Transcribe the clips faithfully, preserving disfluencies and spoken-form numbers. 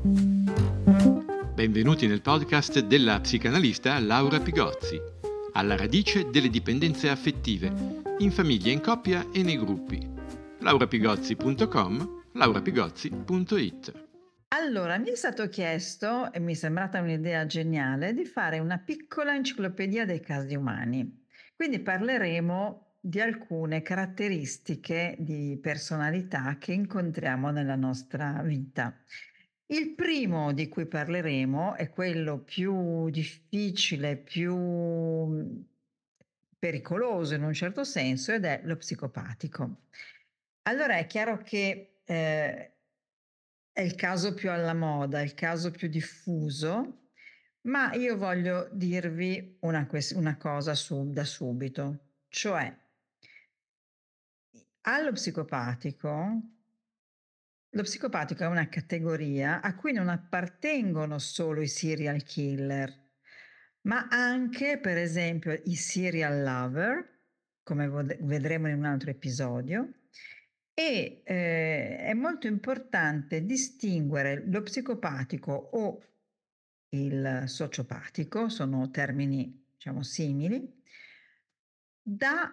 Benvenuti nel podcast della psicanalista Laura Pigozzi, alla radice delle dipendenze affettive, in famiglia, in coppia e nei gruppi. laura pigozzi punto com, laura pigozzi punto it. Allora, mi è stato chiesto, e mi è sembrata un'idea geniale, di fare una piccola enciclopedia dei casi umani. Quindi parleremo di alcune caratteristiche di personalità che incontriamo nella nostra vita. Il primo di cui parleremo è quello più difficile, più mm, pericoloso in un certo senso, ed è lo psicopatico. Allora è chiaro che eh, è il caso più alla moda, il caso più diffuso, ma io voglio dirvi una, ques- una cosa su- da subito, cioè allo psicopatico, lo psicopatico è una categoria a cui non appartengono solo i serial killer, ma anche, per esempio, i serial lover, come vod- vedremo in un altro episodio, e eh, è molto importante distinguere lo psicopatico o il sociopatico, sono termini diciamo simili, da,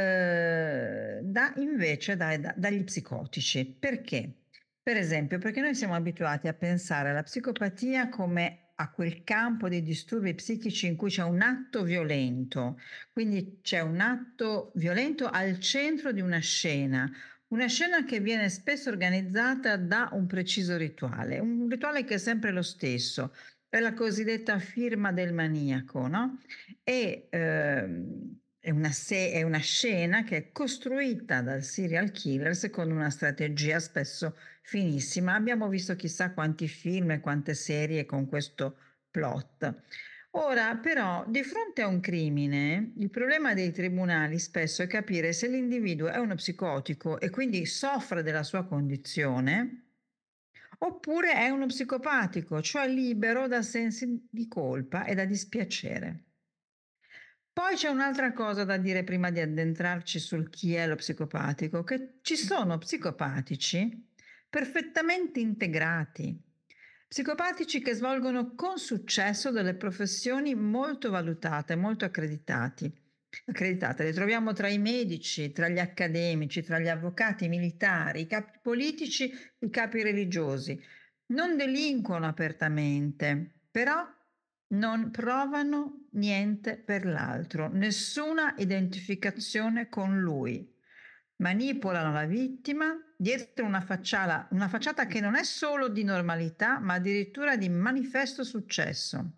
eh, da invece da- da- dagli psicotici. Perché? Per esempio, perché noi siamo abituati a pensare alla psicopatia come a quel campo di disturbi psichici in cui c'è un atto violento, quindi c'è un atto violento al centro di una scena, una scena che viene spesso organizzata da un preciso rituale, un rituale che è sempre lo stesso, è la cosiddetta firma del maniaco, no? E ehm, è una, se- è una scena che è costruita dal serial killer secondo una strategia spesso finissima. Abbiamo visto chissà quanti film e quante serie con questo plot. Ora, però, di fronte a un crimine, il problema dei tribunali spesso è capire se l'individuo è uno psicotico e quindi soffre della sua condizione, oppure è uno psicopatico, cioè libero da sensi di colpa e da dispiacere. Poi c'è un'altra cosa da dire prima di addentrarci sul chi è lo psicopatico, che ci sono psicopatici perfettamente integrati, psicopatici che svolgono con successo delle professioni molto valutate, molto accreditati. Accreditate, le troviamo tra i medici, tra gli accademici, tra gli avvocati, i militari, i capi politici, i capi religiosi. Non delinquono apertamente, però non provano niente per l'altro, nessuna identificazione con lui. Manipolano la vittima dietro una facciata, una facciata che non è solo di normalità, ma addirittura di manifesto successo.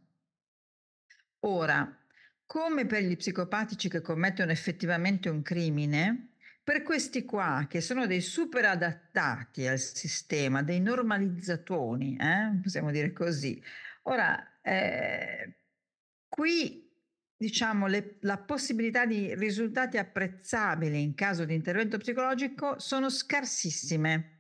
Ora, come per gli psicopatici che commettono effettivamente un crimine, per questi qua, che sono dei super adattati al sistema, dei normalizzatori, eh, possiamo dire così. Ora, eh, qui diciamo le- la possibilità di risultati apprezzabili in caso di intervento psicologico sono scarsissime.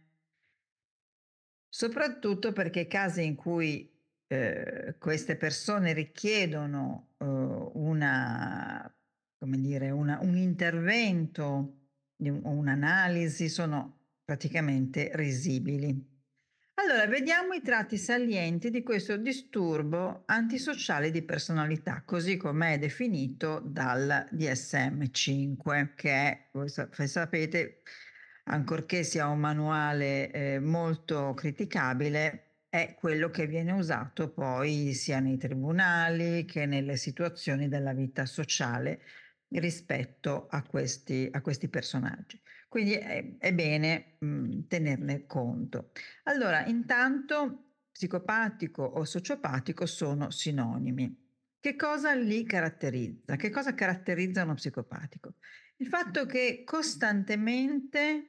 Soprattutto perché i casi in cui eh, queste persone richiedono eh, una, come dire, una- un intervento di un- o un'analisi sono praticamente risibili. Allora, vediamo i tratti salienti di questo disturbo antisociale di personalità, così come è definito dal D S M cinque, che è, voi sa- sapete, ancorché sia un manuale eh, molto criticabile, è quello che viene usato poi sia nei tribunali che nelle situazioni della vita sociale rispetto a questi, a questi personaggi. Quindi è, è bene mh, tenerne conto. Allora, intanto psicopatico o sociopatico sono sinonimi. Che cosa li caratterizza? Che cosa caratterizza uno psicopatico? Il fatto che costantemente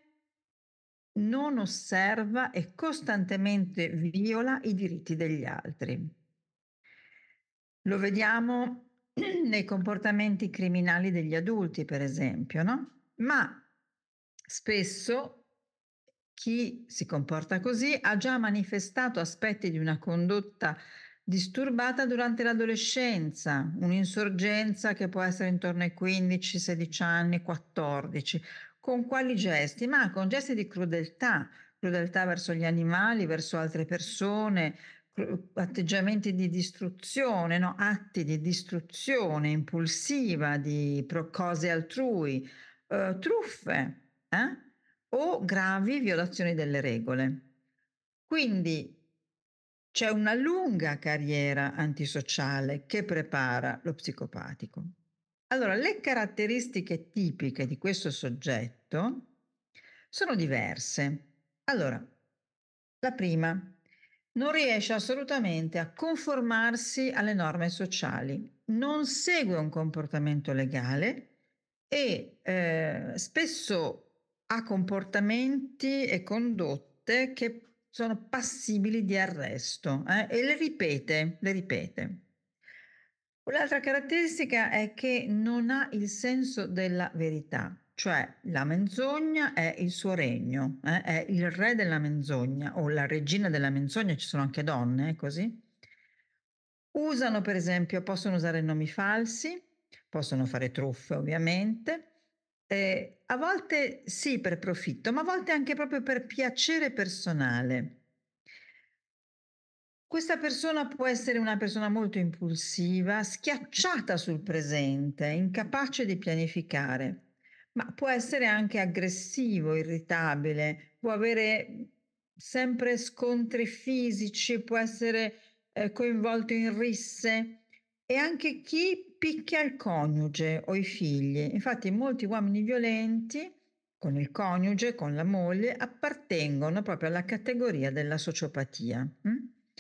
non osserva e costantemente viola i diritti degli altri. Lo vediamo nei comportamenti criminali degli adulti, per esempio, no? Ma spesso chi si comporta così ha già manifestato aspetti di una condotta disturbata durante l'adolescenza, un'insorgenza che può essere intorno ai quindici, sedici anni, quattordici. Con quali gesti? Ma con gesti di crudeltà, crudeltà verso gli animali, verso altre persone, cru atteggiamenti di distruzione, no, atti di distruzione impulsiva di pro cose altrui, uhm, truffe, eh, o gravi violazioni delle regole. Quindi c'è una lunga carriera antisociale che prepara lo psicopatico. Allora, le caratteristiche tipiche di questo soggetto sono diverse. Allora, la prima, non riesce assolutamente a conformarsi alle norme sociali, non segue un comportamento legale e eh, spesso ha comportamenti e condotte che sono passibili di arresto eh, e le ripete, le ripete. Un'altra caratteristica è che non ha il senso della verità, cioè la menzogna è il suo regno, eh, è il re della menzogna o la regina della menzogna, ci sono anche donne, eh, così. Usano per esempio possono usare nomi falsi, possono fare truffe ovviamente, ehm, a volte sì per profitto, ma a volte anche proprio per piacere personale. Questa persona può essere una persona molto impulsiva, schiacciata sul presente, incapace di pianificare, ma può essere anche aggressivo, irritabile, può avere sempre scontri fisici, può essere eh, coinvolto in risse e anche chi picchia il coniuge o i figli. Infatti molti uomini violenti con il coniuge, con la moglie, appartengono proprio alla categoria della sociopatia. mm?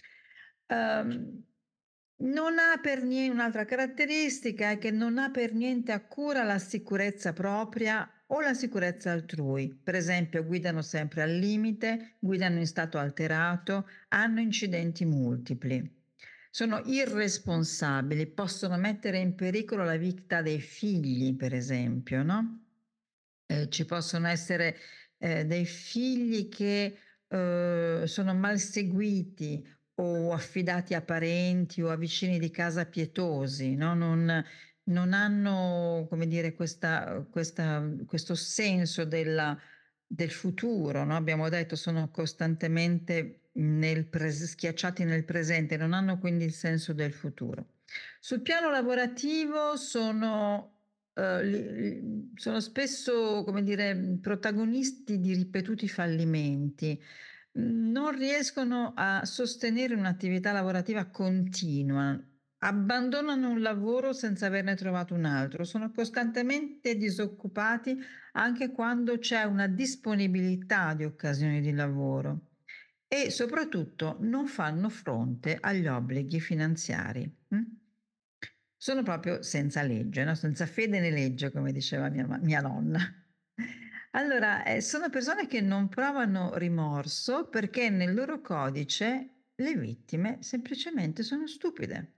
Ehm, Non ha per nie un'altra caratteristica è che non ha per niente a cura la sicurezza propria o la sicurezza altrui. Per esempio, guidano sempre al limite, guidano in stato alterato, hanno incidenti multipli. Sono irresponsabili, possono mettere in pericolo la vita dei figli, per esempio, no? Ehm, ci possono essere, ehm, dei figli che, uhm, sono mal seguiti o affidati a parenti o a vicini di casa pietosi, no, non non hanno, come dire, questa questa questo senso della del futuro, no, abbiamo detto sono costantemente nel pres schiacciati nel presente, non hanno quindi il senso del futuro. Sul piano lavorativo sono Uhm, li li sono spesso, come dire, mhmm, protagonisti di ripetuti fallimenti. Mhmm, non riescono a sostenere un'attività lavorativa continua, abbandonano un lavoro senza averne trovato un altro, sono costantemente disoccupati anche quando c'è una disponibilità di occasioni di lavoro e soprattutto non fanno fronte agli obblighi finanziari, mh? Sono proprio senza legge, no, senza fede né legge, come diceva mia ma mia nonna. Allora, ehm, sono persone che non provano rimorso perché nel loro codice le vittime semplicemente sono stupide.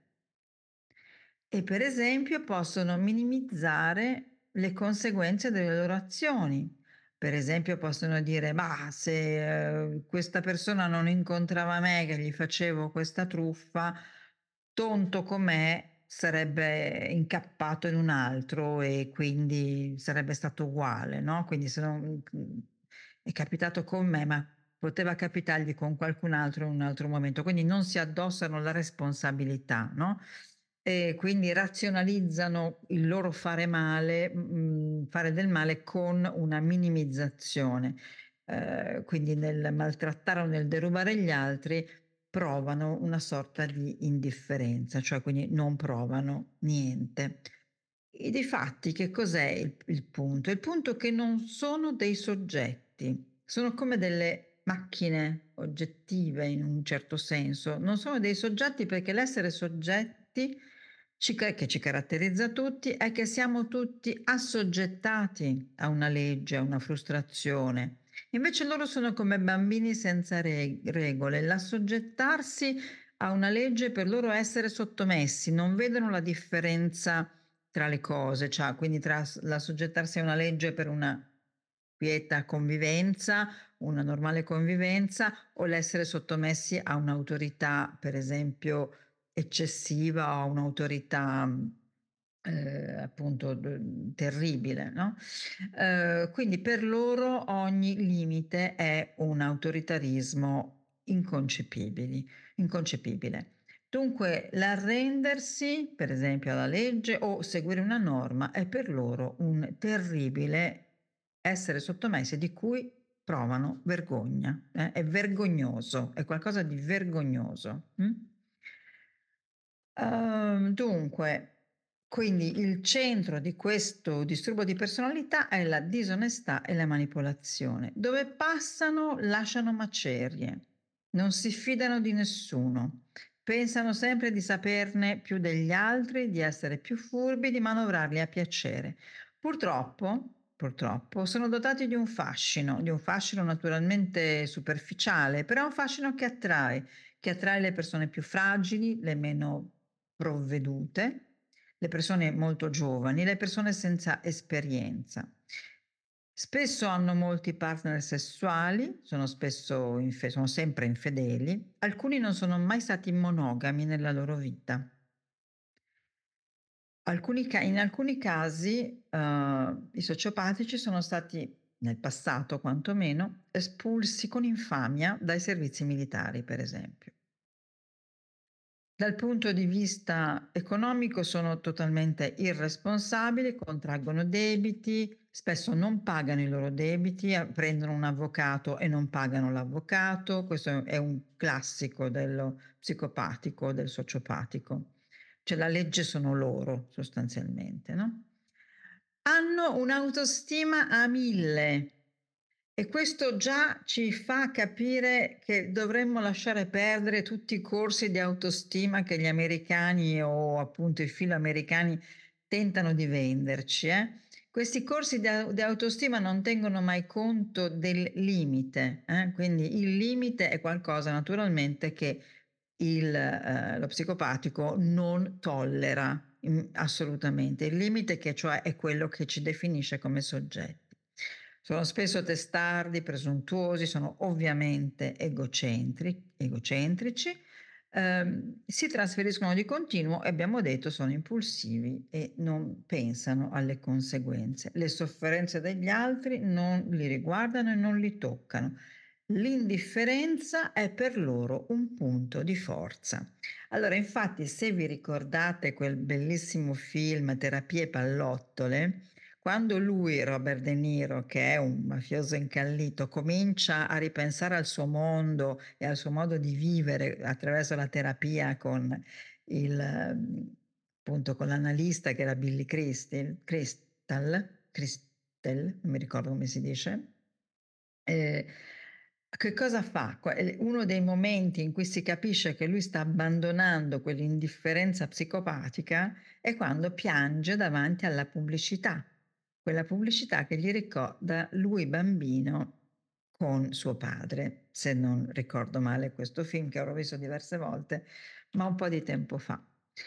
E per esempio possono minimizzare le conseguenze delle loro azioni. Per esempio possono dire: "Mah, se, ehm, questa persona non incontrava me che gli facevo questa truffa, tonto com'è sarebbe incappato in un altro e quindi sarebbe stato uguale", no, quindi se non mhmm, è capitato con me, ma poteva capitargli con qualcun altro in un altro momento. Quindi non si addossano la responsabilità, no? E quindi razionalizzano il loro fare male, mhmm, fare del male con una minimizzazione. Ehm, quindi nel maltrattare o nel derubare gli altri provano una sorta di indifferenza, cioè quindi non provano niente. E difatti che cos'è il il punto? Il punto è che non sono dei soggetti, sono come delle macchine oggettive in un certo senso, non sono dei soggetti perché l'essere soggetti ci ca che ci caratterizza tutti è che siamo tutti assoggettati a una legge, a una frustrazione. Invece loro sono come bambini senza re regole. L'assoggettarsi a una legge per loro è essere sottomessi, non vedono la differenza tra le cose, cioè quindi tra s l'assoggettarsi a una legge per una quieta convivenza, una normale convivenza o l'essere sottomessi a un'autorità, per esempio, eccessiva o a un'autorità, mhmm, Ehm, appunto d terribile, no, ehm, quindi per loro ogni limite è un autoritarismo inconcepibili inconcepibile. Dunque l'arrendersi, per esempio alla legge o seguire una norma, è per loro un terribile essere sottomessi di cui provano vergogna, eh, è vergognoso, è qualcosa di vergognoso, mh? Uhm, dunque, quindi il centro di questo disturbo di personalità è la disonestà e la manipolazione. Dove passano lasciano macerie, non si fidano di nessuno, pensano sempre di saperne più degli altri, di essere più furbi, di manovrarli a piacere. Purtroppo purtroppo sono dotati di un fascino, di un fascino naturalmente superficiale, però è un fascino che attrae, che attrae le persone più fragili, le meno provvedute, le persone molto giovani, le persone senza esperienza. Spesso hanno molti partner sessuali, sono spesso infe sono sempre infedeli, alcuni non sono mai stati monogami nella loro vita. Alcuni ca in alcuni casi, uhm, i sociopatici sono stati, nel passato quantomeno, espulsi con infamia dai servizi militari, per esempio. Dal punto di vista economico sono totalmente irresponsabili, contraggono debiti, spesso non pagano i loro debiti, a prendono un avvocato e non pagano l'avvocato. Questo è un classico dello psicopatico, del sociopatico. Cioè la legge sono loro sostanzialmente, no? Hanno un'autostima a mille. E questo già ci fa capire che dovremmo lasciare perdere tutti i corsi di autostima che gli americani o appunto i filoamericani tentano di venderci, eh. Questi corsi di au di autostima non tengono mai conto del limite, eh, quindi il limite è qualcosa naturalmente che il ehm, lo psicopatico non tollera, mhmm, assolutamente. Il limite che cioè è quello che ci definisce come soggetti. Sono spesso testardi, presuntuosi, sono ovviamente egocentri egocentrici, ehm, si trasferiscono di continuo e abbiamo detto sono impulsivi e non pensano alle conseguenze. Le sofferenze degli altri non li riguardano e non li toccano. L'indifferenza è per loro un punto di forza. Allora, infatti, se vi ricordate quel bellissimo film Terapie pallottole, quando lui, Robert De Niro, che è un mafioso incallito, comincia a ripensare al suo mondo e al suo modo di vivere attraverso la terapia con il, mhmm, appunto con l'analista che era Billy Crystal Crystal Crystal, non mi ricordo come si dice. Ehm, che cosa fa? Qua ehm, uno dei momenti in cui si capisce che lui sta abbandonando quell'indifferenza psicopatica è quando piange davanti alla pubblicità, quella pubblicità che gli ricorda lui bambino con suo padre, se non ricordo male questo film che avrò visto diverse volte, ma un po' di tempo fa.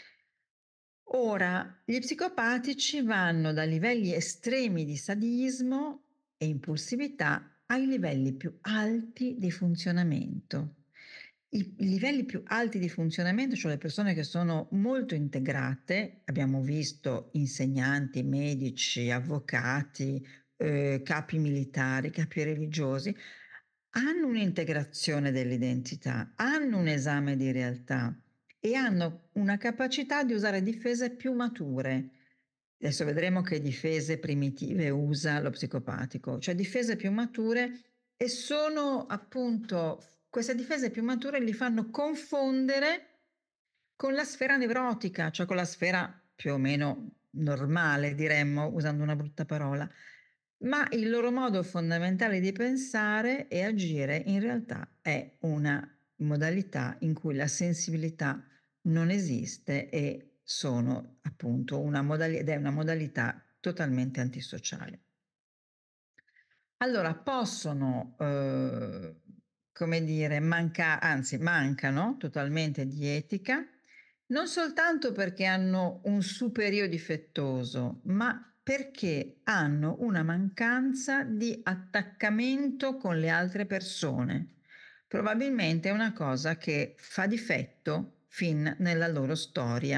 Ora, gli psicopatici vanno da livelli estremi di sadismo e impulsività ai livelli più alti di funzionamento. I, i livelli più alti di funzionamento, cioè le persone che sono molto integrate, abbiamo visto insegnanti, medici, avvocati, eh, capi militari, capi religiosi, hanno un'integrazione dell'identità, hanno un esame di realtà e hanno una capacità di usare difese più mature. Adesso vedremo che difese primitive usa lo psicopatico, cioè difese più mature e sono appunto queste difese più mature li fanno confondere con la sfera nevrotica, cioè con la sfera più o meno normale, diremmo, usando una brutta parola. Ma il loro modo fondamentale di pensare e agire in realtà è una modalità in cui la sensibilità non esiste e sono appunto una modali ed è una modalità totalmente antisociale. Allora possono, uhm, come dire, manca anzi mancano totalmente di etica, non soltanto perché hanno un superio difettoso, ma perché hanno una mancanza di attaccamento con le altre persone. Probabilmente è una cosa che fa difetto fin nella loro storia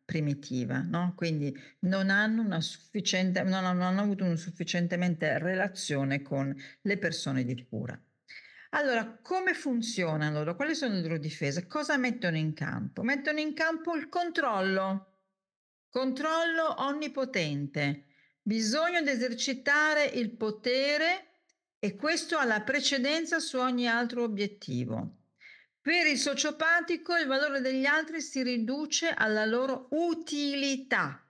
primitiva, no, quindi non hanno una sufficiente non hanno non hanno avuto un sufficientemente relazione con le persone di cura. Allora, come funzionano loro? Quali sono le loro difese? Cosa mettono in campo? Mettono in campo il controllo, controllo onnipotente, bisogno di esercitare il potere e questo ha la precedenza su ogni altro obiettivo. Per il sociopatico il valore degli altri si riduce alla loro utilità.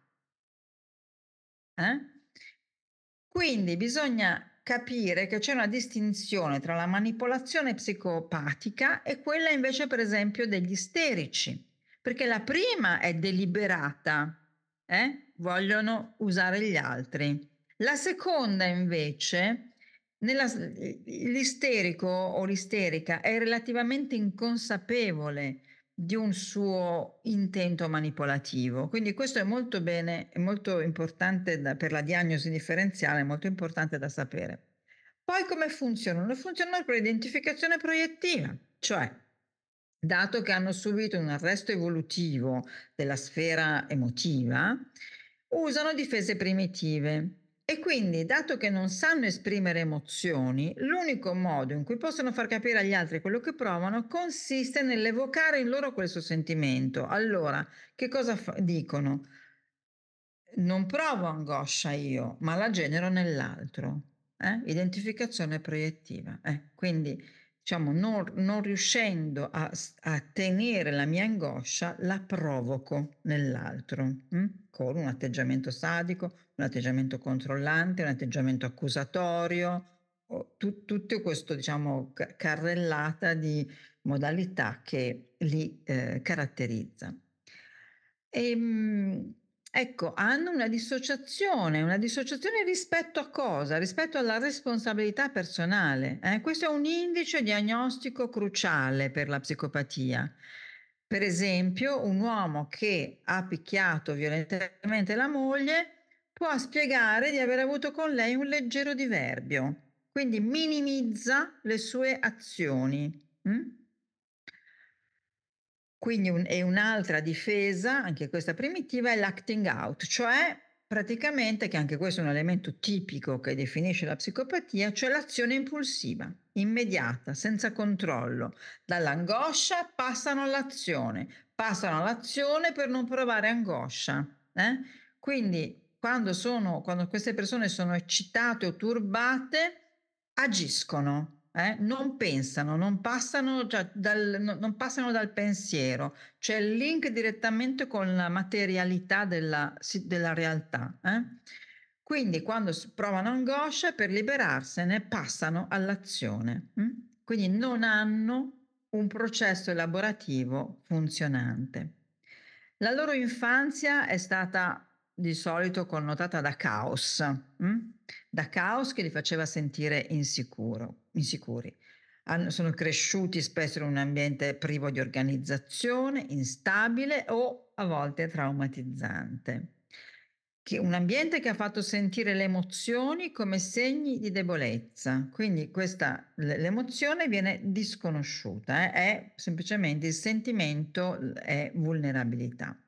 Eh? Quindi bisogna capire che c'è una distinzione tra la manipolazione psicopatica e quella invece, per esempio, degli isterici, perché la prima è deliberata, eh? Vogliono usare gli altri. La seconda invece, nella, l'isterico o l'isterica è relativamente inconsapevole di un suo intento manipolativo. Quindi questo è molto bene, è molto importante da, per la diagnosi differenziale, è molto importante da sapere. Poi come funzionano? Funzionano per l'identificazione proiettiva, cioè dato che hanno subito un arresto evolutivo della sfera emotiva, usano difese primitive. E quindi, dato che non sanno esprimere emozioni, l'unico modo in cui possono far capire agli altri quello che provano consiste nell'evocare in loro questo sentimento. Allora, che cosa fa- dicono? Non provo angoscia io, ma la genero nell'altro. Eh? Identificazione proiettiva. Eh, quindi, diciamo, non, non riuscendo a, a tenere la mia angoscia, la provoco nell'altro, hm? Con un atteggiamento sadico, un atteggiamento controllante, un atteggiamento accusatorio, o tu, tutto questo, diciamo, ca- carrellata di modalità che li eh, caratterizza. Ehm, ecco, hanno una dissociazione, una dissociazione rispetto a cosa? Rispetto alla responsabilità personale. Eh? Questo è un indice diagnostico cruciale per la psicopatia. Per esempio, un uomo che ha picchiato violentemente la moglie può spiegare di aver avuto con lei un leggero diverbio, quindi minimizza le sue azioni. Mm? Quindi un e un'altra difesa, anche questa primitiva, è l'acting out, cioè praticamente, che anche questo è un elemento tipico che definisce la psicopatia, cioè l'azione impulsiva, immediata, senza controllo. Dall'angoscia passano all'azione, passano all'azione per non provare angoscia. Eh? Quindi quando, sono, quando queste persone sono eccitate o turbate, agiscono, eh? Non pensano, non passano, già dal, no- non passano dal pensiero, c'è il link direttamente con la materialità della, si- della realtà. Eh? Quindi quando s- provano angoscia, per liberarsene passano all'azione. hm? Quindi non hanno un processo elaborativo funzionante. La loro infanzia è stata di solito connotata da caos, hm? Da caos che li faceva sentire insicuro, insicuri. Hanno- sono cresciuti spesso in un ambiente privo di organizzazione, instabile o a volte traumatizzante. Che un ambiente che ha fatto sentire le emozioni come segni di debolezza. Quindi questa, l- l'emozione viene disconosciuta, eh, è semplicemente il sentimento, è vulnerabilità.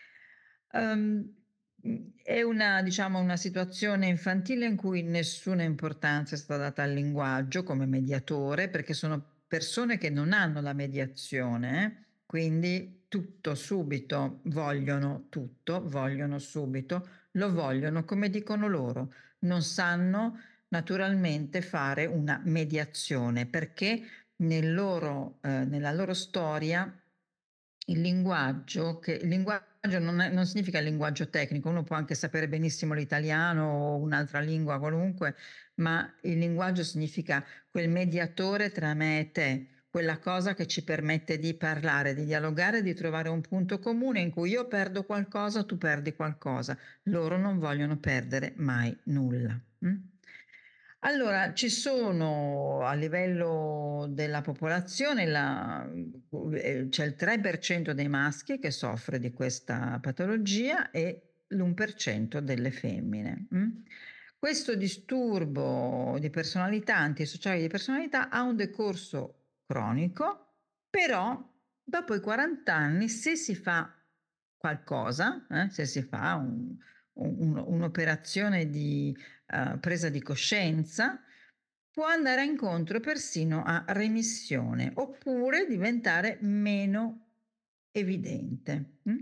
Ehm, mhmm, è una diciamo, una situazione infantile in cui nessuna importanza è stata data al linguaggio come mediatore, perché sono persone che non hanno la mediazione, eh, quindi tutto subito, vogliono tutto, vogliono subito, lo vogliono come dicono loro. Non sanno naturalmente fare una mediazione, perché nel loro ehm, nella loro storia il linguaggio che il linguaggio non è non significa il linguaggio tecnico, uno può anche sapere benissimo l'italiano o un'altra lingua qualunque, ma il linguaggio significa quel mediatore tra me e te, quella cosa che ci permette di parlare, di dialogare, di trovare un punto comune in cui io perdo qualcosa, tu perdi qualcosa. Loro non vogliono perdere mai nulla. Mh? Allora, ci sono a livello della popolazione la mhmm, ehm, c'è il tre per cento dei maschi che soffre di questa patologia e l'uno per cento delle femmine, mh. Questo disturbo di personalità, antisociale di personalità, ha un decorso cronico, però dopo i quaranta anni, se si fa qualcosa, eh, se si fa un un un'operazione di, uhm, presa di coscienza, può andare incontro persino a remissione, oppure diventare meno evidente, mh?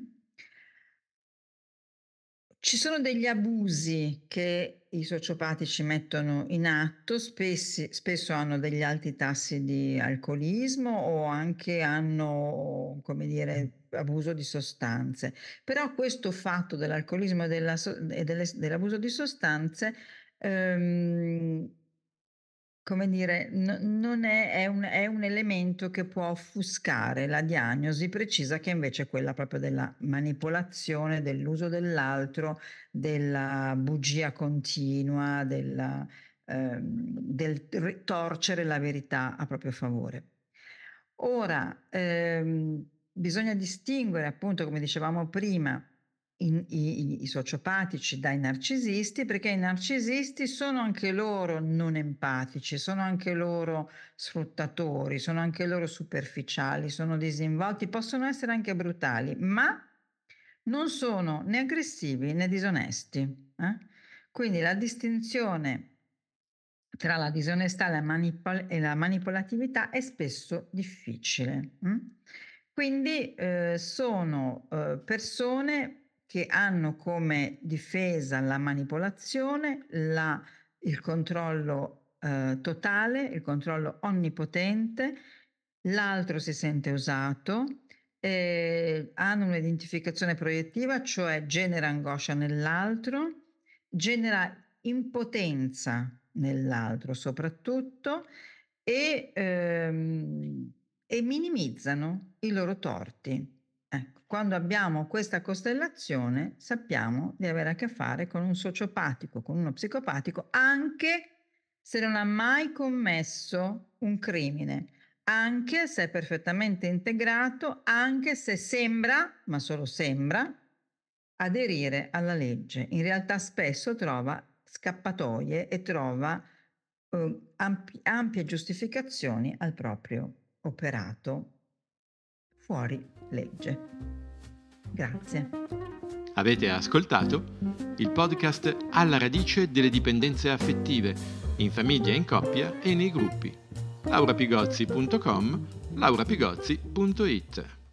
Ci sono degli abusi che i sociopatici mettono in atto, spessi spesso hanno degli alti tassi di alcolismo o anche hanno, come dire, abuso di sostanze. Però questo fatto dell'alcolismo e della so e delle s dell'abuso di sostanze, ehm come dire, no non è è un è un elemento che può offuscare la diagnosi precisa che invece è quella proprio della manipolazione, dell'uso dell'altro, della bugia continua, della ehm, del ritorcere la verità a proprio favore. Ora, ehm, bisogna distinguere appunto, come dicevamo prima, in i i i sociopatici dai narcisisti, perché i narcisisti sono anche loro non empatici, sono anche loro sfruttatori, sono anche loro superficiali, sono disinvolti, possono essere anche brutali, ma non sono né aggressivi né disonesti, eh. Quindi la distinzione tra la disonestà e la manipol e la manipolatività è spesso difficile, mh. Quindi, uhm, sono, uhm, persone che hanno come difesa la manipolazione, la il controllo, uhm, totale, il controllo onnipotente, l'altro si sente usato, ehm, hanno un'identificazione proiettiva, cioè genera angoscia nell'altro, genera impotenza nell'altro soprattutto e, ehm, e minimizzano i loro torti. Ecco, quando abbiamo questa costellazione sappiamo di avere a che fare con un sociopatico, con uno psicopatico, anche se non ha mai commesso un crimine, anche se è perfettamente integrato, anche se sembra, ma solo sembra, aderire alla legge. In realtà spesso trova scappatoie e trova, uhm, ampi ampie giustificazioni al proprio operato fuori legge. Grazie. Avete ascoltato il podcast Alla radice delle dipendenze affettive, in famiglia, in coppia e nei gruppi. laura pigozzi punto com, laura pigozzi punto it